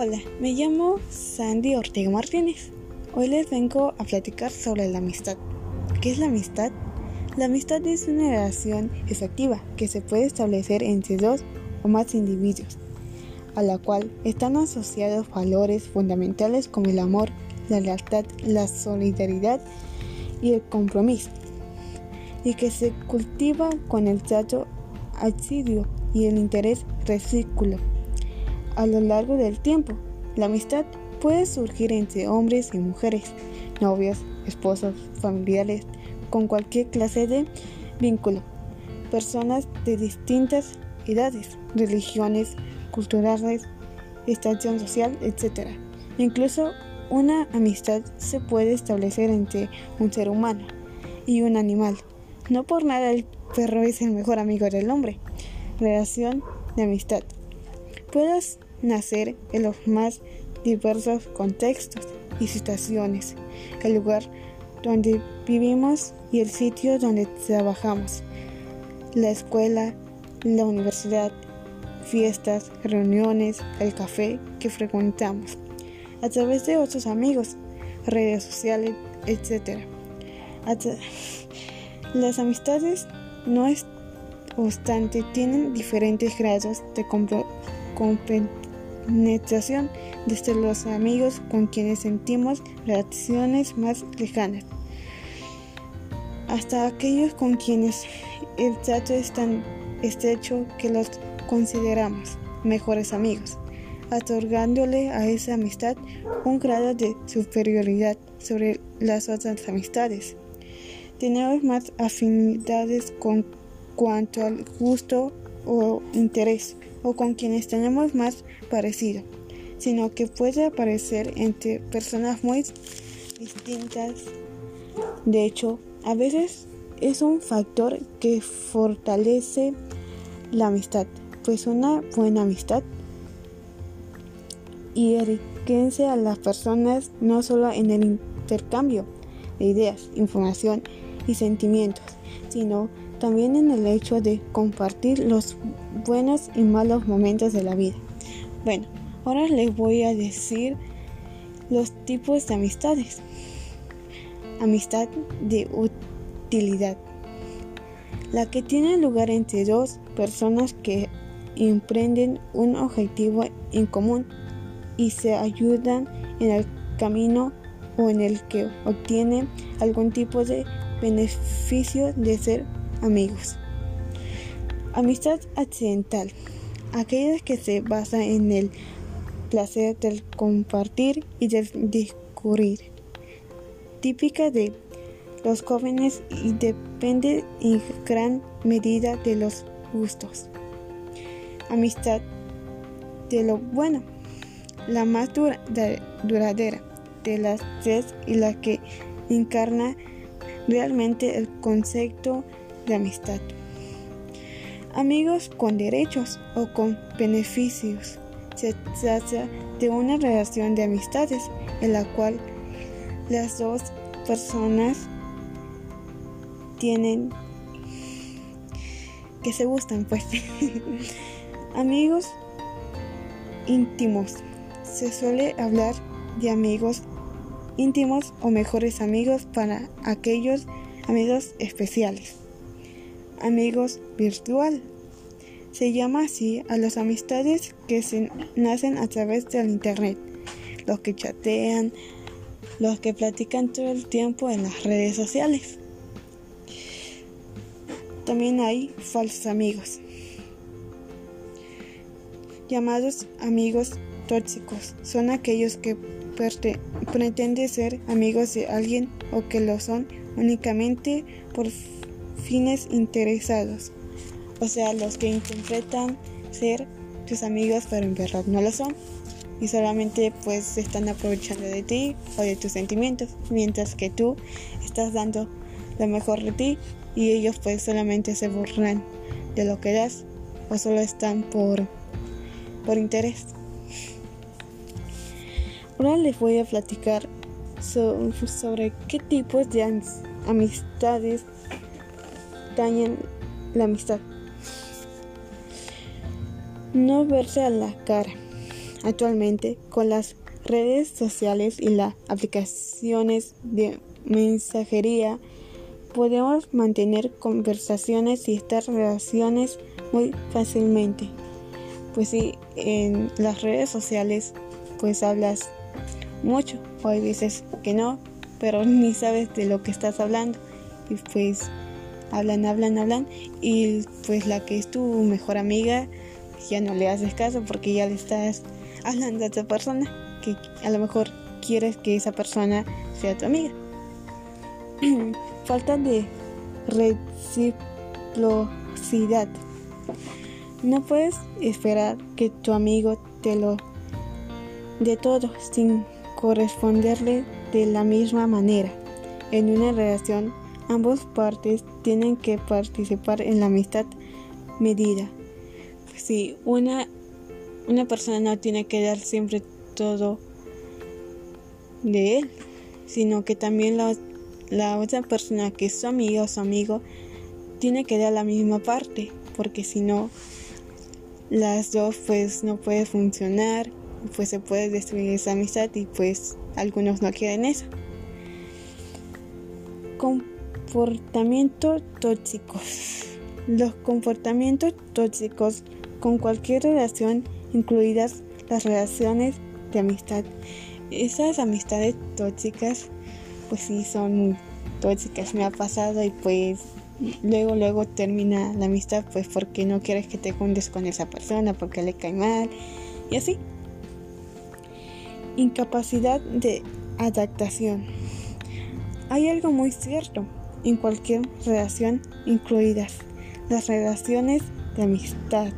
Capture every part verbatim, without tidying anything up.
Hola, me llamo Sandy Ortega Martínez. Hoy les vengo a platicar sobre la amistad. ¿Qué es la amistad? La amistad es una relación efectiva que se puede establecer entre dos o más individuos, a la cual están asociados valores fundamentales como el amor, la lealtad, la solidaridad y el compromiso, y que se cultiva con el trato asiduo y el interés recíproco. A lo largo del tiempo, la amistad puede surgir entre hombres y mujeres, novios, esposos, familiares, con cualquier clase de vínculo, personas de distintas edades, religiones, culturales, estación social, etcétera. Incluso una amistad se puede establecer entre un ser humano y un animal. No por nada el perro es el mejor amigo del hombre. Relación de amistad puede nacer en los más diversos contextos y situaciones, el lugar donde vivimos y el sitio donde trabajamos, la escuela, la universidad, fiestas, reuniones, el café que frecuentamos, a través de otros amigos, redes sociales, etcétera. Las amistades, no obstante, tienen diferentes grados de compenetración, desde los amigos con quienes sentimos relaciones más lejanas, hasta aquellos con quienes el trato es tan estrecho que los consideramos mejores amigos, otorgándole a esa amistad un grado de superioridad sobre las otras amistades. Tenemos más afinidades con cuanto al gusto o interés, o con quienes tenemos más parecido, sino que puede aparecer entre personas muy distintas. De hecho, a veces es un factor que fortalece la amistad, pues una buena amistad y enriquece a las personas no solo en el intercambio de ideas, información y sentimientos, sino también en el hecho de compartir los buenos y malos momentos de la vida. Bueno, ahora les voy a decir los tipos de amistades. Amistad de utilidad, la que tiene lugar entre dos personas que emprenden un objetivo en común y se ayudan en el camino, o en el que obtienen algún tipo de beneficio de ser amigos. Amistad accidental, aquella que se basa en el placer del compartir y del descubrir, típica de los jóvenes y depende en gran medida de los gustos. Amistad de lo bueno, la más dura, duradera de las tres y la que encarna realmente el concepto de amistad. Amigos con derechos o con beneficios. Se trata de una relación de amistades en la cual las dos personas tienen que se gustan, pues. Amigos íntimos. Se suele hablar de amigos íntimos o mejores amigos para aquellos amigos especiales. Amigos virtual. Se llama así a las amistades que se nacen a través del internet, los que chatean, los que platican todo el tiempo en las redes sociales. También hay falsos amigos, llamados amigos tóxicos. Son aquellos que perte- pretenden ser amigos de alguien o que lo son únicamente por fines interesados. O sea, los que intentan ser tus amigos pero en verdad no lo son y solamente pues se están aprovechando de ti o de tus sentimientos, mientras que tú estás dando lo mejor de ti y ellos pues solamente se burlan de lo que das o solo están por, por interés. Ahora les voy a platicar so, sobre qué tipos de am- amistades dañan la amistad. No verse a la cara. Actualmente, con las redes sociales y las aplicaciones de mensajería, podemos mantener conversaciones y estas relaciones muy fácilmente. Pues sí, en las redes sociales pues hablas mucho, o hay veces que no, pero ni sabes de lo que estás hablando. Y pues hablan, hablan, hablan, y pues la que es tu mejor amiga ya no le haces caso porque ya le estás hablando a otra persona que a lo mejor quieres que esa persona sea tu amiga. Falta de reciprocidad. No puedes esperar que tu amigo te lo dé todo sin corresponderle de la misma manera. En una relación, ambas partes tienen que participar en la amistad medida. Pues si una, una persona no tiene que dar siempre todo de él, sino que también la, la otra persona que es su amiga o su amigo tiene que dar la misma parte, porque si no, las dos pues no puede funcionar, pues se puede destruir esa amistad y pues algunos no quieren eso. Comportamientos tóxicos. Los comportamientos tóxicos con cualquier relación, incluidas las relaciones de amistad. Esas amistades tóxicas pues sí son muy tóxicas, me ha pasado, y pues luego luego termina la amistad pues porque no quieres que te juntes con esa persona, porque le cae mal y así. Incapacidad de adaptación. Hay algo muy cierto en cualquier relación, incluidas las relaciones de amistad.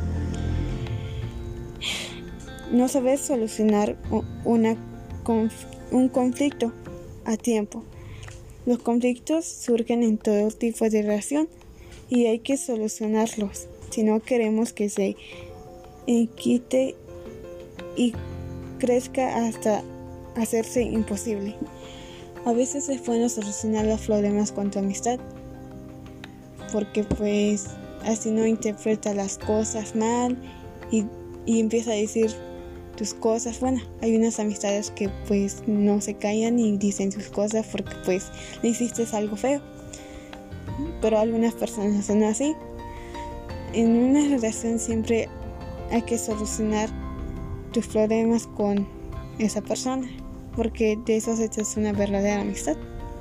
No sabes solucionar una, un conflicto a tiempo. Los conflictos surgen en todo tipo de relación y hay que solucionarlos si no queremos que se enquiste y crezca hasta hacerse imposible. A veces es bueno solucionar los problemas con tu amistad, porque pues así no interpreta las cosas mal y, y empieza a decir tus cosas. Bueno, hay unas amistades que pues no se callan y dicen sus cosas porque pues le hiciste algo feo, pero algunas personas son así. En una relación siempre hay que solucionar tus problemas con esa persona, porque de eso se trata una verdadera amistad.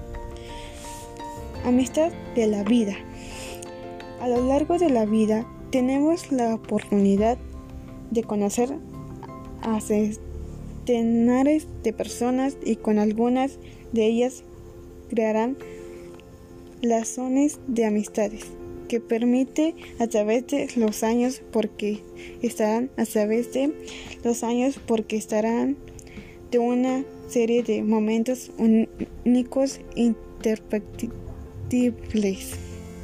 Amistad de la vida. A lo largo de la vida tenemos la oportunidad de conocer a centenares de personas y con algunas de ellas crearán lazones de amistades que permite a través de los años porque estarán a través de los años porque estarán de una serie de momentos únicos interpretables.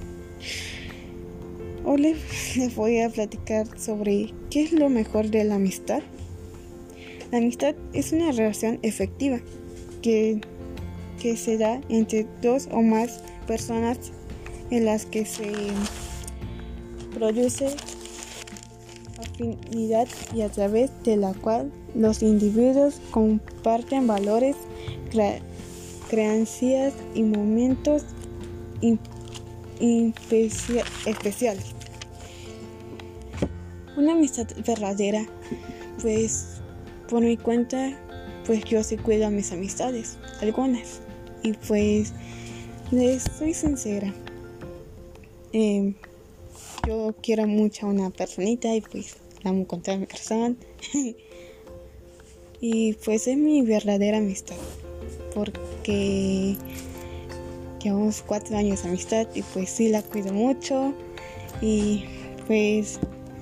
Hoy les voy a platicar sobre qué es lo mejor de la amistad. La amistad es una relación efectiva que, que se da entre dos o más personas en las que se produce afinidad y a través de la cual los individuos comparten valores, cre- creencias y momentos in- impecia- especiales. Una amistad verdadera, pues por mi cuenta, pues yo sí cuido a mis amistades, algunas, y pues les soy sincera. Eh, yo quiero mucho a una personita y pues la amo con todo mi corazón. Y pues es mi verdadera amistad, porque llevamos cuatro años de amistad y pues sí la cuido mucho. Y pues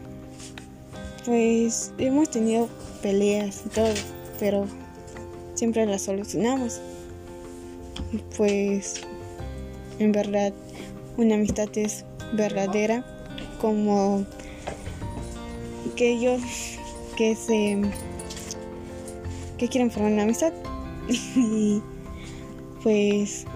pues hemos tenido peleas y todo, pero siempre las solucionamos. Y pues en verdad una amistad es verdadera, como que ellos que se que quieren formar una amistad. Y pues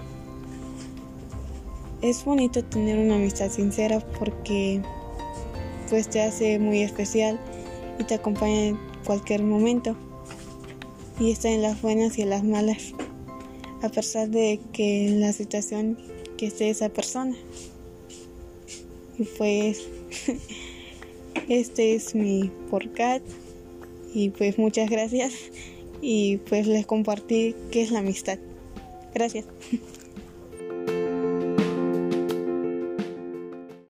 es bonito tener una amistad sincera porque pues te hace muy especial y te acompaña en cualquier momento y está en las buenas y en las malas, a pesar de que en la situación que esté esa persona. Y pues este es mi podcast y pues muchas gracias y pues les compartí qué es la amistad. Gracias.